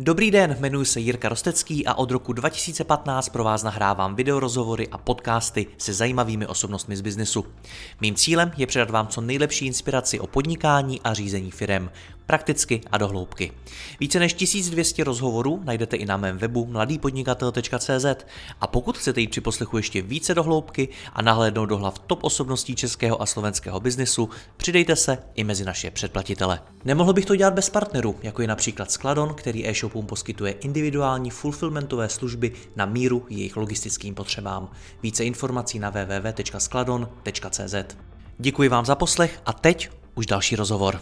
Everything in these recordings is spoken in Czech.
Dobrý den, jmenuji se Jirka Rostecký a od roku 2015 pro vás nahrávám videorozhovory a podcasty se zajímavými osobnostmi z biznesu. Mým cílem je předat vám co nejlepší inspiraci o podnikání a řízení firem, prakticky a do hloubky. Více než 1200 rozhovorů najdete i na mém webu mladýpodnikatel.cz a pokud chcete jít při poslechu ještě více do hloubky a nahlédnout do hlav top osobností českého a slovenského biznesu, přidejte se i mezi naše předplatitele. Nemohl bych to dělat bez partnerů, jako je například Skladon, který e-shopům poskytuje individuální fulfillmentové služby na míru jejich logistickým potřebám. Více informací na www.skladon.cz. Děkuji vám za poslech a teď už další rozhovor.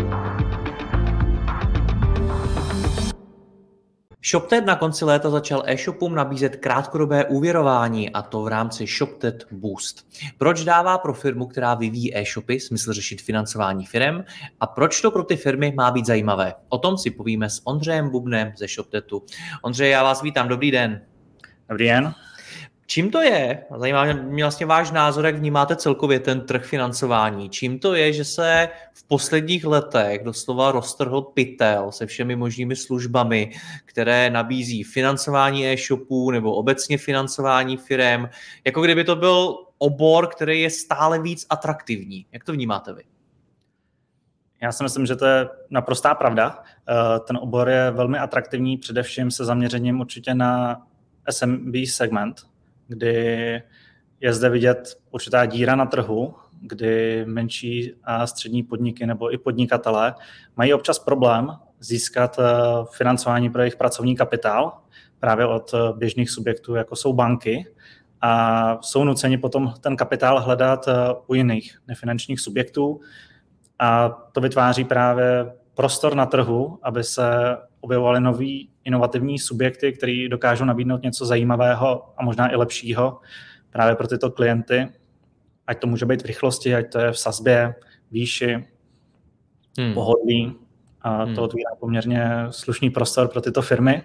ShopTet na konci léta začal e-shopům nabízet krátkodobé úvěrování, a to v rámci ShopTet Boost. Proč dává pro firmu, která vyvíjí e-shopy, smysl řešit financování firem a proč to pro ty firmy má být zajímavé? O tom si povíme s Ondřejem Bubnem ze ShopTetu. Ondřej, já vás vítám, dobrý den. Dobrý den. Čím to je? Zajímá mě vlastně váš názor, jak vnímáte celkově ten trh financování. Čím to je, že se v posledních letech doslova roztrhl pytel se všemi možnými službami, které nabízí financování e-shopů nebo obecně financování firem, jako kdyby to byl obor, který je stále víc atraktivní. Jak to vnímáte vy? Já si myslím, že to je naprostá pravda. Ten obor je velmi atraktivní, především se zaměřením určitě na SMB segment, kdy je zde vidět určitá díra na trhu, kdy menší a střední podniky nebo i podnikatelé mají občas problém získat financování pro jejich pracovní kapitál právě od běžných subjektů, jako jsou banky, a jsou nuceni potom ten kapitál hledat u jiných nefinančních subjektů a to vytváří právě prostor na trhu, aby se objevovaly noví inovativní subjekty, který dokážou nabídnout něco zajímavého a možná i lepšího právě pro tyto klienty. Ať to může být v rychlosti, ať to je v sazbě, výši, pohodlí. A to otvírá poměrně slušný prostor pro tyto firmy.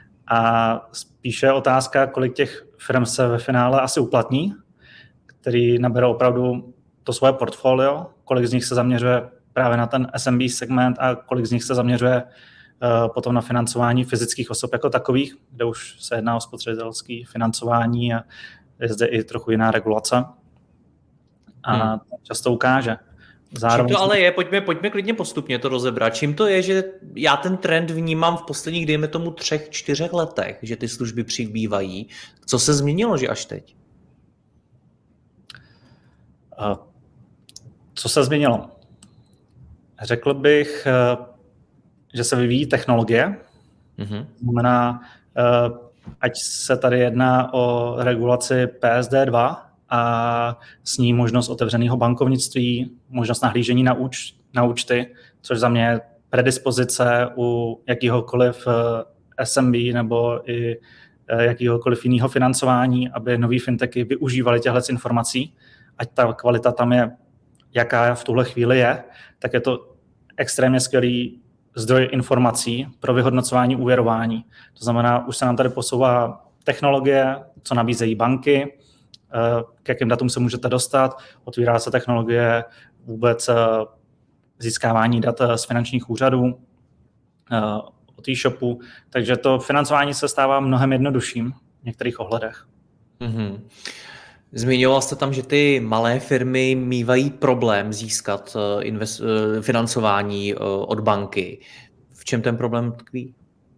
A spíše otázka, kolik těch firm se ve finále asi uplatní, který naberou opravdu to svoje portfolio, kolik z nich se zaměřuje právě na ten SMB segment a kolik z nich se zaměřuje potom na financování fyzických osob jako takových, kde už se jedná o spotřebitelské financování a je zde i trochu jiná regulace. A často ukáže. Zároveň... Čím to ale je? Pojďme klidně postupně to rozebrat. Čím to je, že já ten trend vnímám v posledních, dejme tomu 3-4 letech, že ty služby přibývají. Co se změnilo, že až teď? Co se změnilo? Řekl bych, že se vyvíjí technologie. Znamená, ať se tady jedná o regulaci PSD2 a s ní možnost otevřeného bankovnictví, možnost nahlížení na účty, což za mě je predispozice u jakýhokoliv SMB nebo i jakýhokoliv jiného financování, aby nový fintechy využívali těchto informací, ať ta kvalita tam je, jaká v tuhle chvíli je, tak je to extrémně skvělý zdroj informací pro vyhodnocování úvěrování. To znamená, už se nám tady posouvá technologie, co nabízejí banky, k jakým datům se můžete dostat, otvírá se technologie vůbec získávání dat z finančních úřadů, od e-shopu, takže to financování se stává mnohem jednodušším v některých ohledech. Zmiňoval jste tam, že ty malé firmy mívají problém získat financování od banky. V čem ten problém tkví?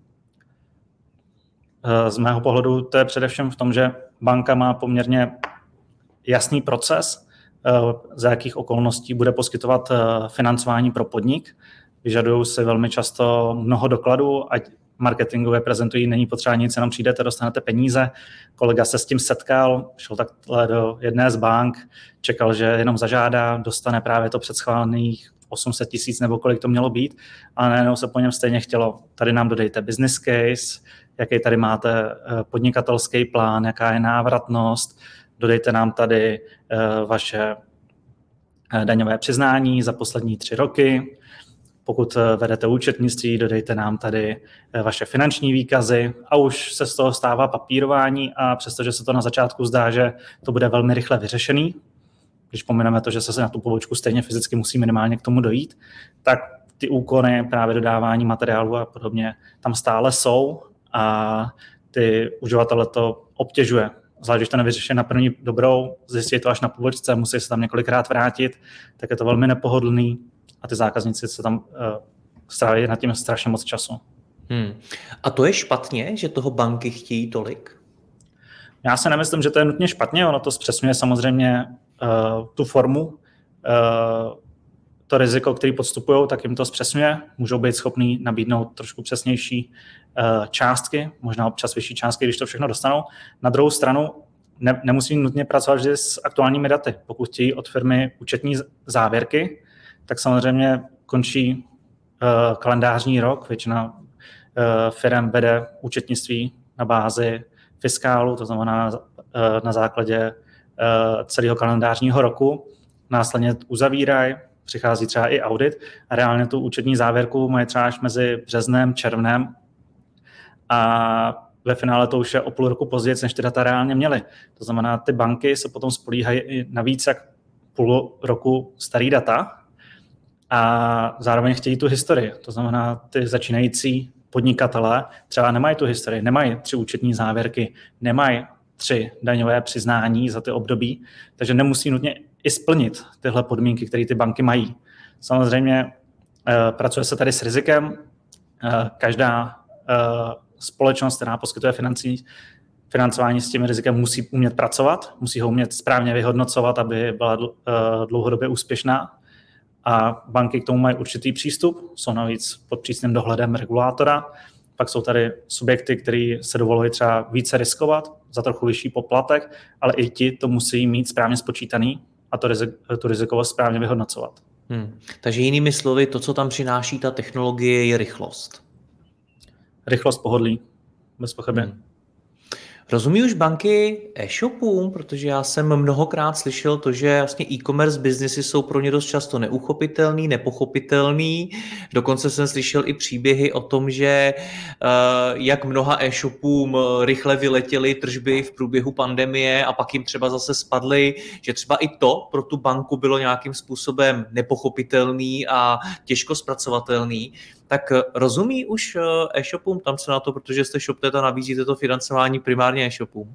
Z mého pohledu to je především v tom, že banka má poměrně jasný proces, za jakých okolností bude poskytovat financování pro podnik. Vyžadují si velmi často mnoho dokladů, ať marketingově prezentují, není potřeba nic, jenom přijdete, dostanete peníze. Kolega se s tím setkal, šel takhle do jedné z bank, čekal, že jenom zažádá, dostane právě to předschválených 800 000 nebo kolik to mělo být, ale najednou se po něm stejně chtělo, tady nám dodejte business case, jaký tady máte podnikatelský plán, jaká je návratnost, dodejte nám tady vaše daňové přiznání za poslední 3 roky, pokud vedete účetnictví, dodejte nám tady vaše finanční výkazy a už se z toho stává papírování a přestože se to na začátku zdá, že to bude velmi rychle vyřešený, když pomineme to, že se na tu pobočku stejně fyzicky musí minimálně k tomu dojít, tak ty úkony, právě dodávání materiálu a podobně tam stále jsou a ty uživatele to obtěžuje. Zvlášť, když to nevyřeší na první dobrou, zjistí to až na pobočce, musí se tam několikrát vrátit, tak je to velmi nepohodlný a ty zákazníci se tam stráví nad tím strašně moc času. A to je špatně, že toho banky chtějí tolik? Já si nemyslím, že to je nutně špatně, ono to zpřesňuje samozřejmě tu formu, to riziko, který podstupují, tak jim to zpřesňuje. Můžou být schopní nabídnout trošku přesnější částky, možná občas vyšší částky, když to všechno dostanou. Na druhou stranu nemusí nutně pracovat vždy s aktuálními daty. Pokud chtějí od firmy účetní závěrky, tak samozřejmě končí kalendářní rok. Většina firm vede účetnictví na bázi fiskálu, to znamená na základě celého kalendářního roku. Následně uzavírají, přichází třeba i audit a reálně tu účetní závěrku mají třeba až mezi březnem, červnem a ve finále to už je o půl roku později, než ty data reálně měly. To znamená, ty banky se potom spolíhají i na víc jak půl roku starý data a zároveň chtějí tu historii. To znamená, ty začínající podnikatelé třeba nemají tu historii, nemají 3 účetní závěrky, nemají 3 daňové přiznání za ty období, takže nemusí nutně i splnit tyhle podmínky, které ty banky mají. Samozřejmě pracuje se tady s rizikem. Každá společnost, která poskytuje financování s tím rizikem, musí umět pracovat, musí ho umět správně vyhodnocovat, aby byla dlouhodobě úspěšná. A banky k tomu mají určitý přístup, jsou navíc pod přísným dohledem regulátora. Pak jsou tady subjekty, které se dovolují třeba více riskovat za trochu vyšší poplatek, ale i ti to musí mít správně spočítaný a tu rizikovost správně vyhodnocovat. Takže jinými slovy, to, co tam přináší ta technologie, je rychlost. Rychlost, pohodlí, bez pochyby. Rozumí už banky e-shopům, protože já jsem mnohokrát slyšel to, že vlastně e-commerce biznesy jsou pro ně dost často neuchopitelný, nepochopitelný. Dokonce jsem slyšel i příběhy o tom, že jak mnoha e-shopům rychle vyletěly tržby v průběhu pandemie a pak jim třeba zase spadly, že třeba i to pro tu banku bylo nějakým způsobem nepochopitelný a těžko zpracovatelný. Tak rozumí už e-shopům? Tam se na to, protože jste ShopTet a nabízíte to financování primárně e-shopům.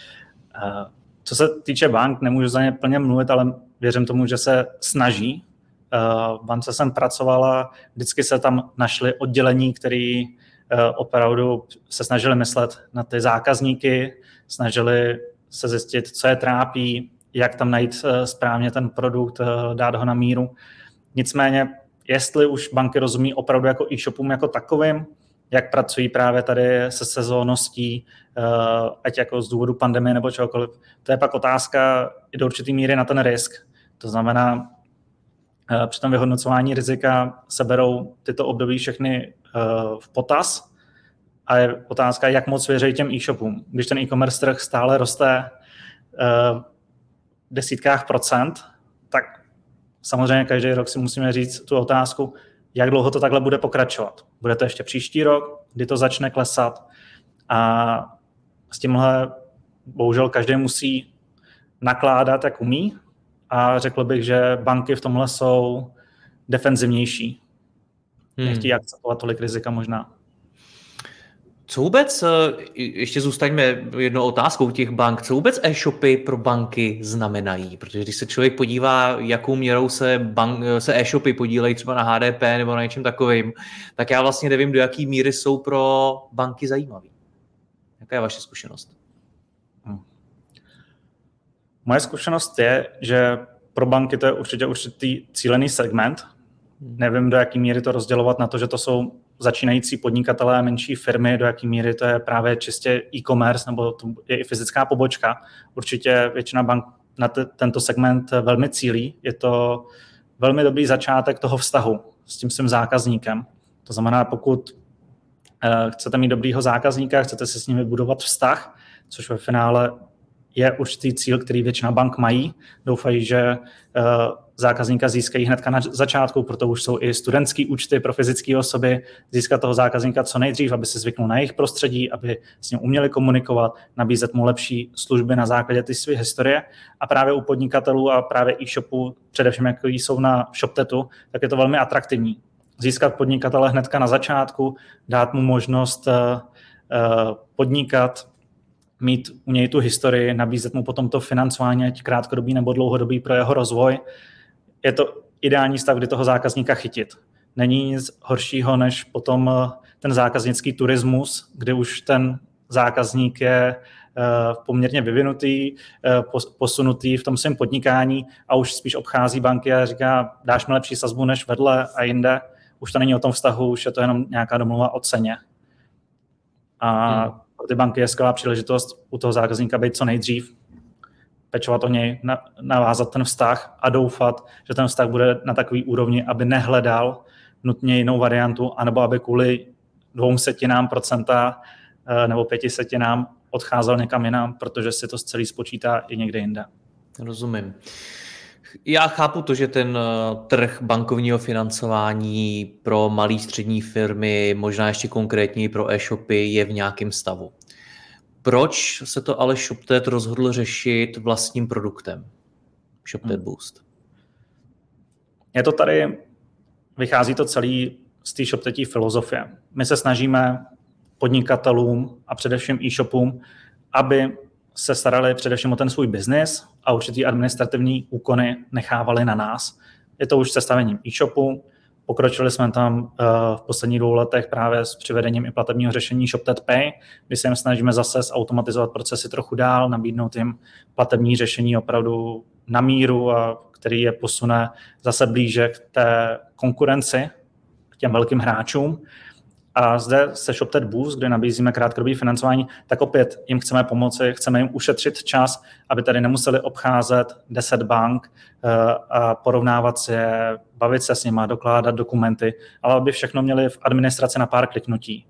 Co se týče bank, nemůžu za ně plně mluvit, ale věřím tomu, že se snaží. V bance jsem pracovala, vždycky se tam našly oddělení, které opravdu se snažili myslet na ty zákazníky, snažili se zjistit, co je trápí, jak tam najít správně ten produkt, dát ho na míru. Nicméně jestli už banky rozumí opravdu jako e-shopům jako takovým, jak pracují právě tady se sezónností, ať jako z důvodu pandemie nebo čehokoliv, to je pak otázka i do určitý míry na ten risk. To znamená, při tom vyhodnocování rizika se berou tyto období všechny v potaz a je otázka, jak moc věří těm e-shopům. Když ten e-commerce trh stále roste v desítkách procent, tak samozřejmě každý rok si musíme říct tu otázku, jak dlouho to takhle bude pokračovat. Bude to ještě příští rok, kdy to začne klesat a s tímhle bohužel každý musí nakládat, jak umí a řekl bych, že banky v tomhle jsou defenzivnější. Nechtějí akceptovat tolik rizika možná. Co vůbec, ještě zůstaňme jednou otázkou těch bank, co vůbec e-shopy pro banky znamenají? Protože když se člověk podívá, jakou měrou se e-shopy podílejí třeba na HDP nebo na něčem takovým, tak já vlastně nevím, do jaké míry jsou pro banky zajímavý. Jaká je vaše zkušenost? Moje zkušenost je, že pro banky to je určitý cílený segment. Nevím, do jaké míry to rozdělovat na to, že to jsou začínající podnikatelé, menší firmy, do jaké míry to je právě čistě e-commerce nebo to je i fyzická pobočka. Určitě většina bank na tento segment velmi cílí. Je to velmi dobrý začátek toho vztahu s tím svým zákazníkem. To znamená, pokud chcete mít dobrýho zákazníka, chcete si s ním vybudovat vztah, což ve finále je určitý cíl, který většina bank mají. Doufají, že zákazníka získají hnedka na začátku, proto už jsou i studentský účty pro fyzické osoby, získat toho zákazníka co nejdřív, aby se zvyknul na jejich prostředí, aby s ním uměli komunikovat, nabízet mu lepší služby na základě té své historie. A právě u podnikatelů a právě e-shopů, především jak jsou na ShopTetu, tak je to velmi atraktivní. získat podnikatele hnedka na začátku, dát mu možnost podnikat, mít u něj tu historii, nabízet mu potom to financování, ať krátkodobý nebo dlouhodobý pro jeho rozvoj. Je to ideální stav, kdy toho zákazníka chytit. Není nic horšího, než potom ten zákaznický turismus, kdy už ten zákazník je poměrně vyvinutý, posunutý v tom svém podnikání a už spíš obchází banky a říká, dáš mi lepší sazbu než vedle a jinde. Už to není o tom vztahu, už je to jenom nějaká domluva o ceně. A pro ty banky je skvělá příležitost u toho zákazníka být co nejdřív, pečovat o něj, navázat ten vztah a doufat, že ten vztah bude na takový úrovni, aby nehledal nutně jinou variantu, anebo aby kvůli 0,2% nebo 0,5% odcházel někam jinam, protože si to celý spočítá i někde jinde. Rozumím. Já chápu to, že ten trh bankovního financování pro malé střední firmy, možná ještě konkrétně pro e-shopy, je v nějakém stavu. Proč se to ale ShopTet rozhodl řešit vlastním produktem? ShopTet Boost. Je to tady, vychází to celý z té ShopTetí filozofie. My se snažíme podnikatelům a především e-shopům, aby se starali především o ten svůj biznis a určitý administrativní úkony nechávali na nás. Je to už sestavením e-shopu. Pokročili jsme tam v posledních 2 letech právě s přivedením i platebního řešení ShopTet Pay, kdy se jim snažíme zase zautomatizovat procesy trochu dál, nabídnout jim platební řešení opravdu na míru, a který je posune zase blíže k té konkurenci, k těm velkým hráčům. A zde se ShopTet Boost, kde nabízíme krátkodobé financování, tak opět jim chceme pomoci, chceme jim ušetřit čas, aby tady nemuseli obcházet 10 bank a porovnávat si je, bavit se s nimi, dokládat dokumenty, ale aby všechno měli v administraci na pár kliknutí.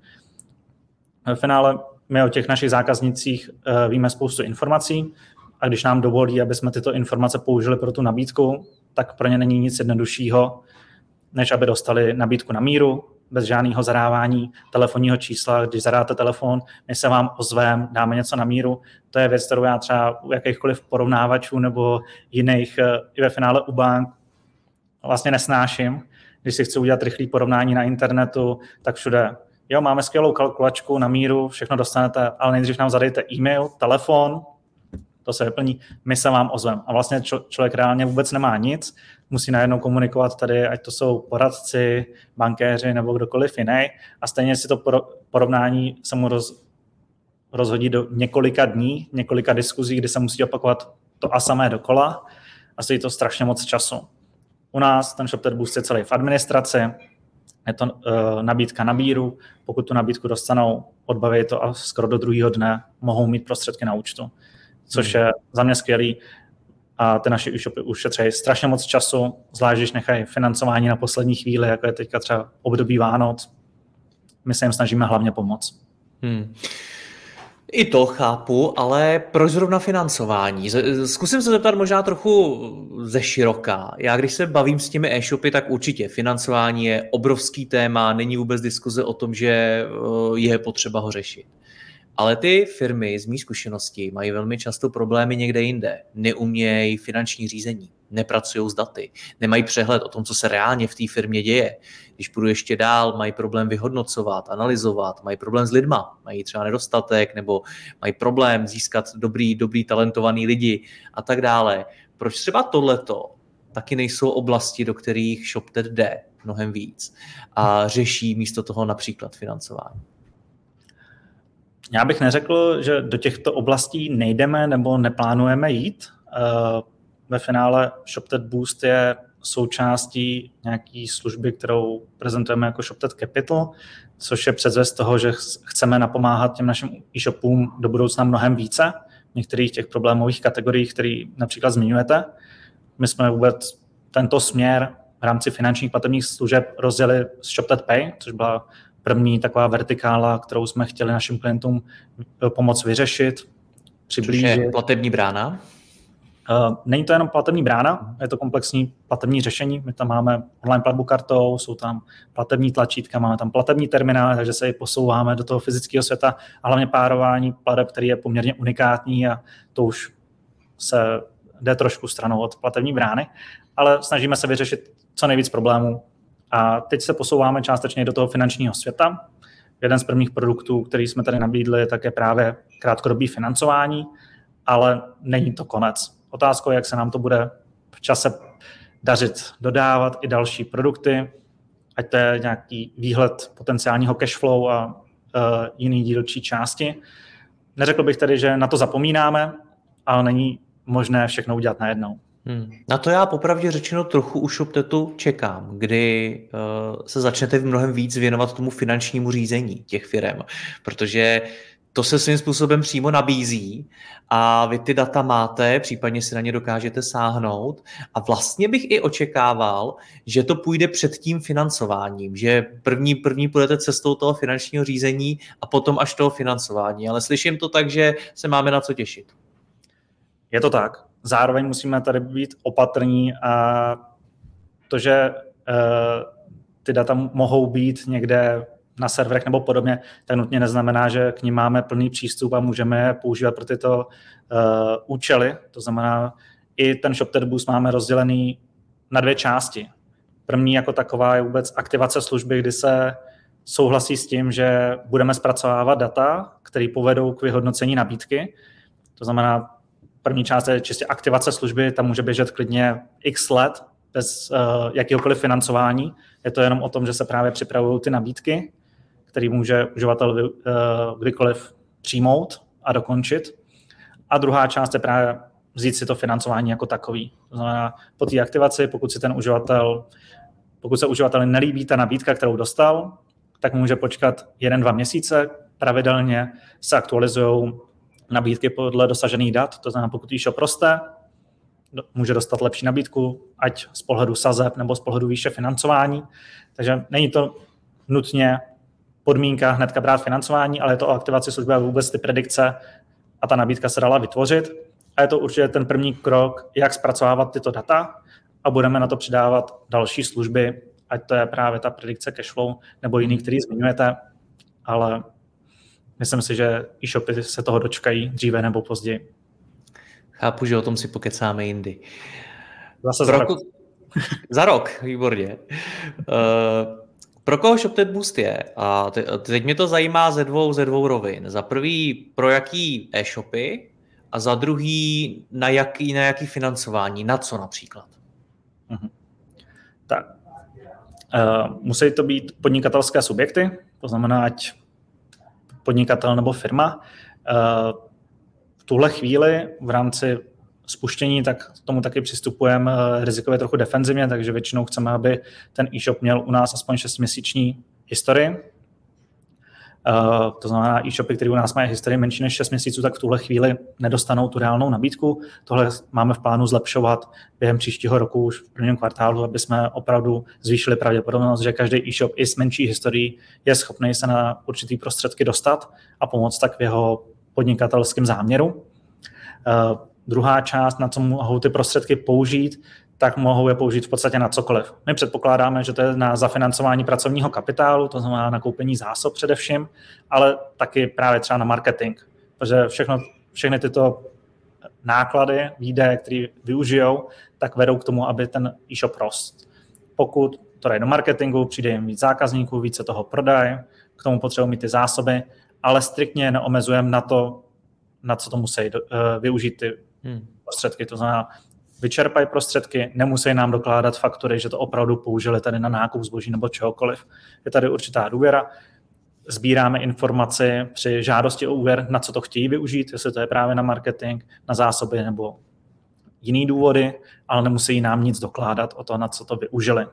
V finále my o těch našich zákaznicích víme spoustu informací a když nám dovolí, aby jsme tyto informace použili pro tu nabídku, tak pro ně není nic jednoduššího, než aby dostali nabídku na míru, bez žádného zadávání telefonního čísla. Když zadáte telefon, my se vám ozveme, dáme něco na míru. To je věc, kterou já třeba u jakýchkoliv porovnávačů nebo jiných i ve finále u bank vlastně nesnáším. Když si chci udělat rychlé porovnání na internetu, tak všude, jo, máme skvělou kalkulačku na míru, všechno dostanete, ale nejdřív nám zadejte e-mail, telefon, to se vyplní, my se vám ozveme. A vlastně člověk reálně vůbec nemá nic, musí najednou komunikovat tady, ať to jsou poradci, bankéři nebo kdokoliv jiný. A stejně si to porovnání se mu rozhodí do několika dní, několika diskuzí, kdy se musí opakovat to a samé dokola a stojí to strašně moc času. U nás ten ShopTet Boost je celý v administraci, je to nabídka na míru, pokud tu nabídku dostanou, odbaví to a skoro do druhého dne mohou mít prostředky na účtu, což je za mě skvělý. A ty naše e-shopy ušetří strašně moc času, zvlášť když nechají financování na poslední chvíli, jako je teďka třeba období Vánoc. My se jim snažíme hlavně pomoct. I to chápu, ale proč zrovna financování? Zkusím se zeptat možná trochu ze široka. Já když se bavím s těmi e-shopy, tak určitě financování je obrovský téma, není vůbec diskuze o tom, že je potřeba ho řešit. Ale ty firmy z mých zkušeností mají velmi často problémy někde jinde. Neumějí finanční řízení, nepracují s daty, nemají přehled o tom, co se reálně v té firmě děje. Když půjdu ještě dál, mají problém vyhodnocovat, analyzovat, mají problém s lidma, mají třeba nedostatek nebo mají problém získat dobrý talentovaný lidi a tak dále. Proč třeba tohleto taky nejsou oblasti, do kterých ShopTet jde mnohem víc a řeší místo toho například financování? Já bych neřekl, že do těchto oblastí nejdeme nebo neplánujeme jít. Ve finále ShopTet Boost je součástí nějaké služby, kterou prezentujeme jako ShopTet Capital, což je předzvěst toho, že chceme napomáhat těm našim e-shopům do budoucna mnohem více v některých těch problémových kategoriích, které například zmiňujete. My jsme vůbec tento směr v rámci finančních platebních služeb rozdělili s ShopTet Pay, což byla první taková vertikála, kterou jsme chtěli našim klientům pomoct vyřešit, přiblížit. Což je platební brána? Není to jenom platební brána, je to komplexní platební řešení. My tam máme online platbu kartou, jsou tam platební tlačítka, máme tam platební terminál, takže se i posouváme do toho fyzického světa a hlavně párování plateb, který je poměrně unikátní a to už se jde trošku stranou od platební brány, ale snažíme se vyřešit co nejvíc problémů A teď se posouváme částečně do toho finančního světa. Jeden z prvních produktů, který jsme tady nabídli, tak je právě krátkodobý financování, ale není to konec. Otázkou je, jak se nám to bude v čase dařit dodávat i další produkty, ať to je nějaký výhled potenciálního cashflow a jiný dílčí části. Neřekl bych tedy, že na to zapomínáme, ale není možné všechno udělat najednou. Na to já popravdě řečeno trochu u ShopTetu čekám, kdy se začnete mnohem víc věnovat tomu finančnímu řízení těch firem, protože to se svým způsobem přímo nabízí a vy ty data máte, případně si na ně dokážete sáhnout a vlastně bych i očekával, že to půjde před tím financováním, že první půjdete cestou toho finančního řízení a potom až toho financování, ale slyším to tak, že se máme na co těšit. Je to tak. Zároveň musíme tady být opatrní a to, že ty data mohou být někde na serverech nebo podobně, tak nutně neznamená, že k nim máme plný přístup a můžeme je používat pro tyto účely. To znamená, i ten ShopTet Boost máme rozdělený na 2 části. První jako taková je vůbec aktivace služby, kdy se souhlasí s tím, že budeme zpracovávat data, které povedou k vyhodnocení nabídky. To znamená, první část je čistě aktivace služby, tam může běžet klidně x let bez jakéhokoliv financování. Je to jenom o tom, že se právě připravují ty nabídky, který může uživatel kdykoliv přijmout a dokončit. A druhá část je právě vzít si to financování jako takový. To znamená, po té aktivaci, pokud se uživateli nelíbí ta nabídka, kterou dostal, tak může počkat 1-2 měsíce. Pravidelně se aktualizují nabídky podle dosažených dat. To znamená, pokud e-shop roste, může dostat lepší nabídku, ať z pohledu sazeb nebo z pohledu výše financování. Takže není to nutně podmínka hnedka brát financování, ale je to o aktivaci služby a vůbec ty predikce a ta nabídka se dala vytvořit. A je to určitě ten první krok, jak zpracovávat tyto data a budeme na to přidávat další služby, ať to je právě ta predikce cashflow nebo jiný, který zmiňujete, ale myslím si, že e-shopy se toho dočkají dříve nebo později. Chápu, že o tom si pokecáme jindy. Zase za rok. Za rok, výborně. Pro koho ShopTet Boost je? A teď mě to zajímá ze dvou rovin. Za prvý, pro jaký e-shopy a za druhý, na jaký financování, na co například? Tak. Musí to být podnikatelské subjekty, to znamená, ať podnikatel nebo firma. V tuhle chvíli v rámci spuštění, tak k tomu taky přistupujeme rizikově trochu defenzivně, takže většinou chceme, aby ten e-shop měl u nás aspoň 6měsíční historii. To znamená, e-shopy, které u nás mají historii menší než 6 měsíců, tak v tuhle chvíli nedostanou tu reálnou nabídku. Tohle máme v plánu zlepšovat během příštího roku už v prvním kvartálu, aby jsme opravdu zvýšili pravděpodobnost, že každý e-shop i s menší historií je schopný se na určitý prostředky dostat a pomoct tak v jeho podnikatelském záměru. Druhá část, na co mohou ty prostředky použít, tak mohou je použít v podstatě na cokoliv. My předpokládáme, že to je na zafinancování pracovního kapitálu, to znamená na koupení zásob především, ale taky právě třeba na marketing, protože všechny tyto náklady, výdaje, které využijou, tak vedou k tomu, aby ten e-shop rost. Pokud to jde do marketingu, přijde jim víc zákazníků, více toho prodají, k tomu potřebují mít ty zásoby, ale striktně neomezujeme na to, na co to musí využít ty prostředky. To znamená, vyčerpají prostředky, nemusí nám dokládat faktury, že to opravdu použili tady na nákup zboží nebo čehokoliv. Je tady určitá důvěra. Sbíráme informaci při žádosti o úvěr, na co to chtějí využít, jestli to je právě na marketing, na zásoby nebo jiný důvody, ale nemusí nám nic dokládat o to, na co to využili.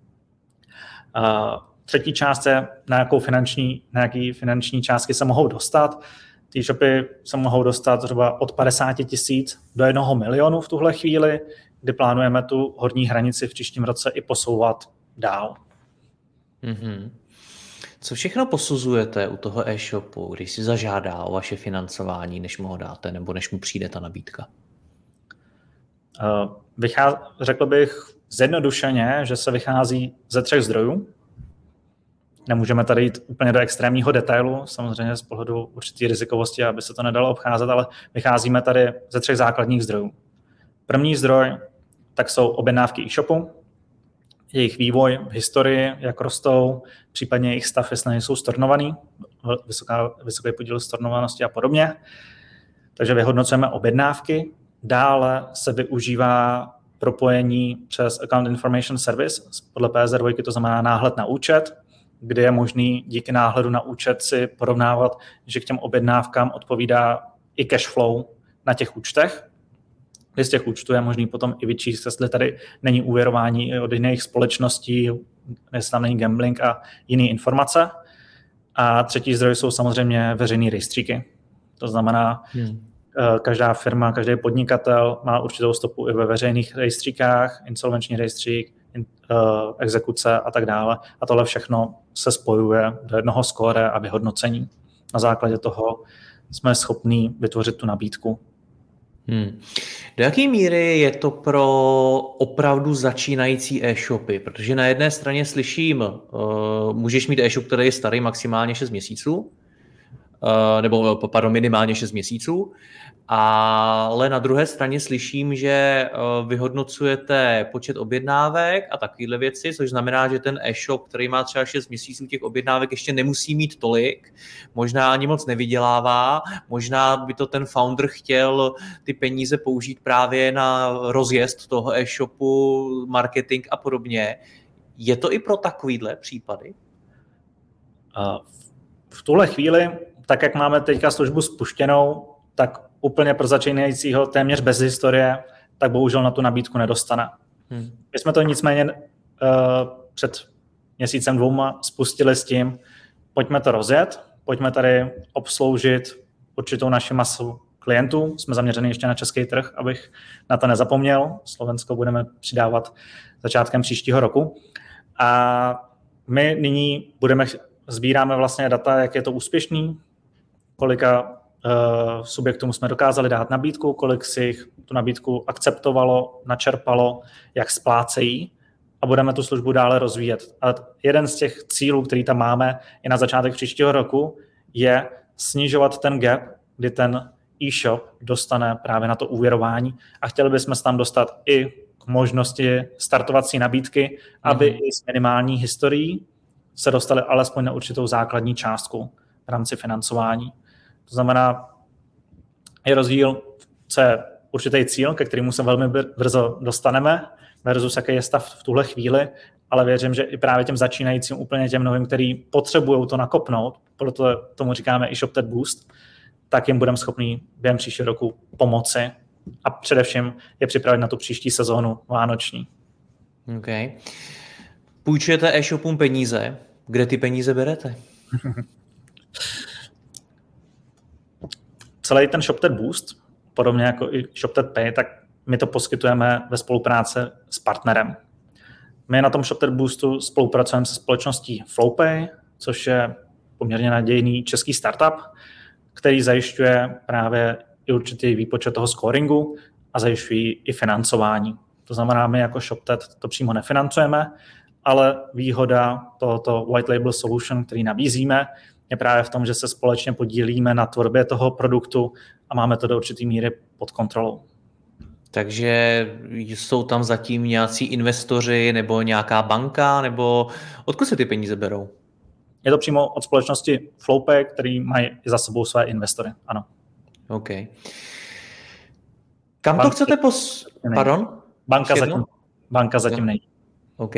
Třetí část je, na jaký finanční částky se mohou dostat. Ty shopy se mohou dostat zhruba od 50 000 do 1 milionu v tuhle chvíli, kdy plánujeme tu horní hranici v příštím roce i posouvat dál. Mm-hmm. Co všechno posuzujete u toho e-shopu, když si zažádá o vaše financování, než mu ho dáte, nebo než mu přijde ta nabídka? Řekl bych zjednodušeně, že se vychází ze 3 zdrojů. Nemůžeme tady jít úplně do extrémního detailu, samozřejmě z pohledu určitý rizikovosti, aby se to nedalo obcházet, ale vycházíme tady ze 3 základních zdrojů. První zdroj tak jsou objednávky e-shopu. jejich vývoj v historii, jak rostou, případně jejich stav, jestli nejsou stornovaný, vysoký podíl stornovanosti a podobně. Takže vyhodnocujeme objednávky. Dále se využívá propojení přes Account Information Service podle PSD2, to znamená náhled na účet, kde je možný díky náhledu na účet si porovnávat, že k těm objednávkám odpovídá i cash flow na těch účtech. Z těch účtů je možný potom i vyčíst, jestli tady není úvěrování od jiných společností, jestli tam není gambling a jiné informace. A třetí zdroj jsou samozřejmě veřejné rejstříky. To znamená, každá firma, každý podnikatel má určitou stopu i ve veřejných rejstříkách, insolvenční rejstřík, exekuce a tak dále. A tohle všechno se spojuje do jednoho skóre a vyhodnocení. Na základě toho jsme schopní vytvořit tu nabídku. Do jaké míry je to pro opravdu začínající e-shopy? Protože na jedné straně slyším, můžeš mít e-shop, který je starý maximálně 6 měsíců, minimálně 6 měsíců, ale na druhé straně slyším, že vyhodnocujete počet objednávek a takovéhle věci, což znamená, že ten e-shop, který má třeba 6 měsíců těch objednávek, ještě nemusí mít tolik, možná ani moc nevydělává, možná by to ten founder chtěl ty peníze použít právě na rozjezd toho e-shopu, marketing a podobně. Je to i pro takovýhle případy? V tuhle chvíli, tak jak máme teďka službu spuštěnou, tak úplně pro začínajícího téměř bez historie, tak bohužel na tu nabídku nedostane. My jsme to nicméně před měsícem 2 spustili s tím, pojďme to rozjet, pojďme tady obsloužit určitou naši masu klientů. Jsme zaměřeni ještě na český trh, abych na to nezapomněl. Slovensko budeme přidávat začátkem příštího roku. A my nyní sbíráme vlastně data, jak je to úspěšný, kolika subjektům jsme dokázali dát nabídku, kolik si jich tu nabídku akceptovalo, načerpalo, jak splácejí a budeme tu službu dále rozvíjet. A jeden z těch cílů, který tam máme i na začátek příštího roku, je snižovat ten gap, kdy ten e-shop dostane právě na to úvěrování a chtěli bychom se tam dostat i k možnosti startovací nabídky, aby i s minimální historií se dostali alespoň na určitou základní částku v rámci financování. To znamená, je rozdíl, co je určitý cíl, ke kterému se velmi brzo dostaneme, versus jaký je stav v tuhle chvíli, ale věřím, že i právě těm začínajícím, úplně těm novým, který potřebují to nakopnout, proto tomu říkáme i ShopTet Boost, tak jim budeme schopni během příštího roku pomoci a především je připravit na tu příští sezónu vánoční. Okay. Půjčujete e-shopům peníze. Kde ty peníze berete? Celý ten ShopTet Boost, podobně jako i ShopTet Pay, tak my to poskytujeme ve spolupráci s partnerem. My na tom ShopTet Boostu spolupracujeme se společností FlowPay, což je poměrně nadějný český startup, který zajišťuje právě i určitý výpočet toho scoringu a zajišťují i financování. To znamená, my jako ShopTet to přímo nefinancujeme, ale výhoda tohoto white label solution, který nabízíme, je právě v tom, že se společně podílíme na tvorbě toho produktu a máme to do určitý míry pod kontrolou. Takže jsou tam zatím nějací investoři nebo nějaká banka, nebo odkud se ty peníze berou? Je to přímo od společnosti FlowPay, který mají za sebou své investory, ano. OK. Kam to chcete Pardon? Banka zatím není. OK.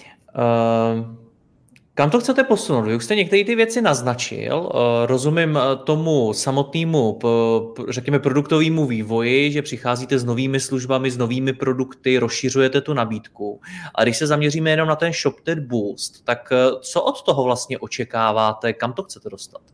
Kam to chcete posunout? Vy už jste některé ty věci naznačil. Rozumím tomu samotnému, řekněme, produktovému vývoji, že přicházíte s novými službami, s novými produkty, rozšiřujete tu nabídku. A když se zaměříme jenom na ten ShopTet Boost, tak co od toho vlastně očekáváte? Kam to chcete dostat?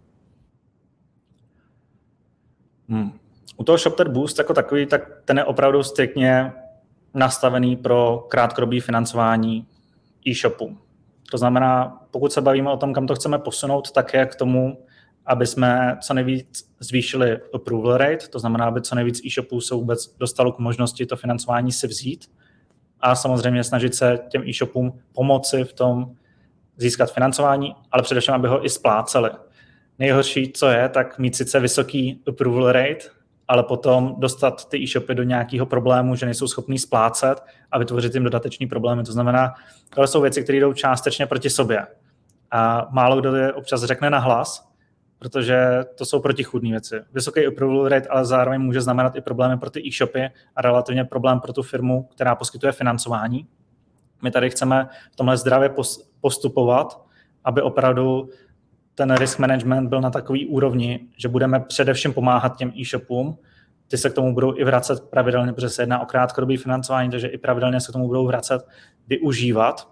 U toho ShopTet Boost jako takový, tak ten je opravdu striktně nastavený pro krátkodobé financování e-shopu. To znamená, pokud se bavíme o tom, kam to chceme posunout, tak je k tomu, aby jsme co nejvíc zvýšili approval rate, to znamená, aby co nejvíc e-shopů se vůbec dostalo k možnosti to financování si vzít a samozřejmě snažit se těm e-shopům pomoci v tom získat financování, ale především, aby ho i spláceli. Nejhorší, co je, tak mít sice vysoký approval rate, ale potom dostat ty e-shopy do nějakého problému, že nejsou schopní splácet a vytvořit jim dodateční problémy. To znamená, to jsou věci, které jdou částečně proti sobě. A málo kdo je občas řekne nahlas, protože to jsou protichůdné věci. Vysoký approval rate ale zároveň může znamenat i problémy pro ty e-shopy a relativně problém pro tu firmu, která poskytuje financování. My tady chceme v tomhle zdravě postupovat, aby opravdu ten risk management byl na takový úrovni, že budeme především pomáhat těm e-shopům. Ty se k tomu budou i vracet pravidelně, protože se jedná o krátkodobé financování, takže i pravidelně se k tomu budou vracet, využívat.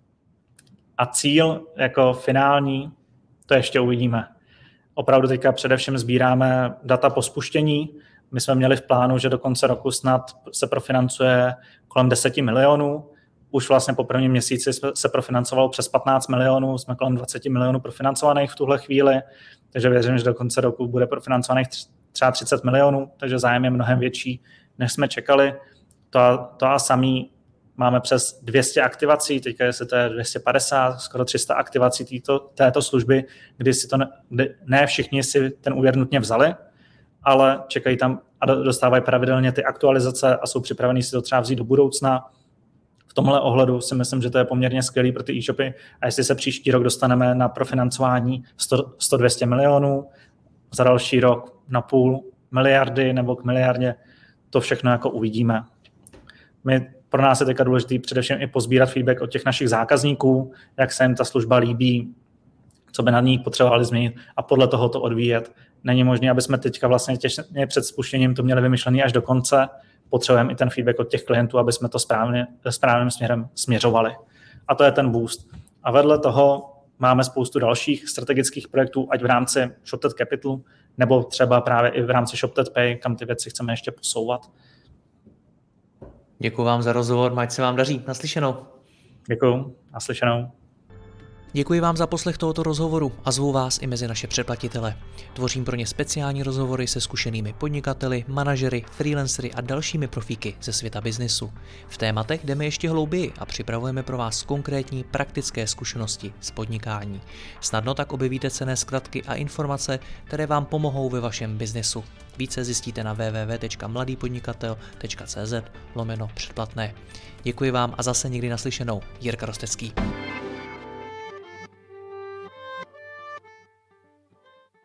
A cíl jako finální, to ještě uvidíme. Opravdu teďka především sbíráme data po spuštění. My jsme měli v plánu, že do konce roku snad se profinancuje kolem 10 milionů. Už vlastně po prvním měsíci se profinancovalo přes 15 milionů, jsme kolem 20 milionů profinancovaných v tuhle chvíli, takže věřím, že do konce roku bude profinancovaných třeba 30 milionů, takže zájem je mnohem větší, než jsme čekali. To a samý máme přes 200 aktivací, teďka jestli to je 250, skoro 300 aktivací této služby, kdy ne všichni si ten úvěr nutně vzali, ale čekají tam a dostávají pravidelně ty aktualizace a jsou připravení si to třeba vzít do budoucna. V tomhle ohledu si myslím, že to je poměrně skvělý pro ty e-shopy a jestli se příští rok dostaneme na profinancování 100-200 milionů, za další rok na půl miliardy nebo k miliardě, to všechno jako uvidíme. Pro nás je teďka důležité především i pozbírat feedback od těch našich zákazníků, jak se jim ta služba líbí, co by na ní potřebovali změnit a podle toho to odvíjet. Není možné, aby jsme teďka vlastně těsně před spuštěním to měli vymyšlený až do konce. Potřebujeme i ten feedback od těch klientů, aby jsme to správným směrem směřovali. A to je ten boost. A vedle toho máme spoustu dalších strategických projektů, ať v rámci ShopTet Capitalu, nebo třeba právě i v rámci ShopTet Pay, kam ty věci chceme ještě posouvat. Děkuji vám za rozhovor, ať se vám daří. Naslyšenou. Děkuji, naslyšenou. Děkuji vám za poslech tohoto rozhovoru a zvu vás i mezi naše předplatitele. Tvořím pro ně speciální rozhovory se zkušenými podnikateli, manažery, freelancery a dalšími profíky ze světa biznesu. V tématech jdeme ještě hlouběji a připravujeme pro vás konkrétní praktické zkušenosti z podnikání. Snadno tak objevíte cenné zkratky a informace, které vám pomohou ve vašem biznesu. Více zjistíte na www.mladýpodnikatel.cz/předplatné. Děkuji vám a zase někdy naslyšenou. Jirka Rostecký.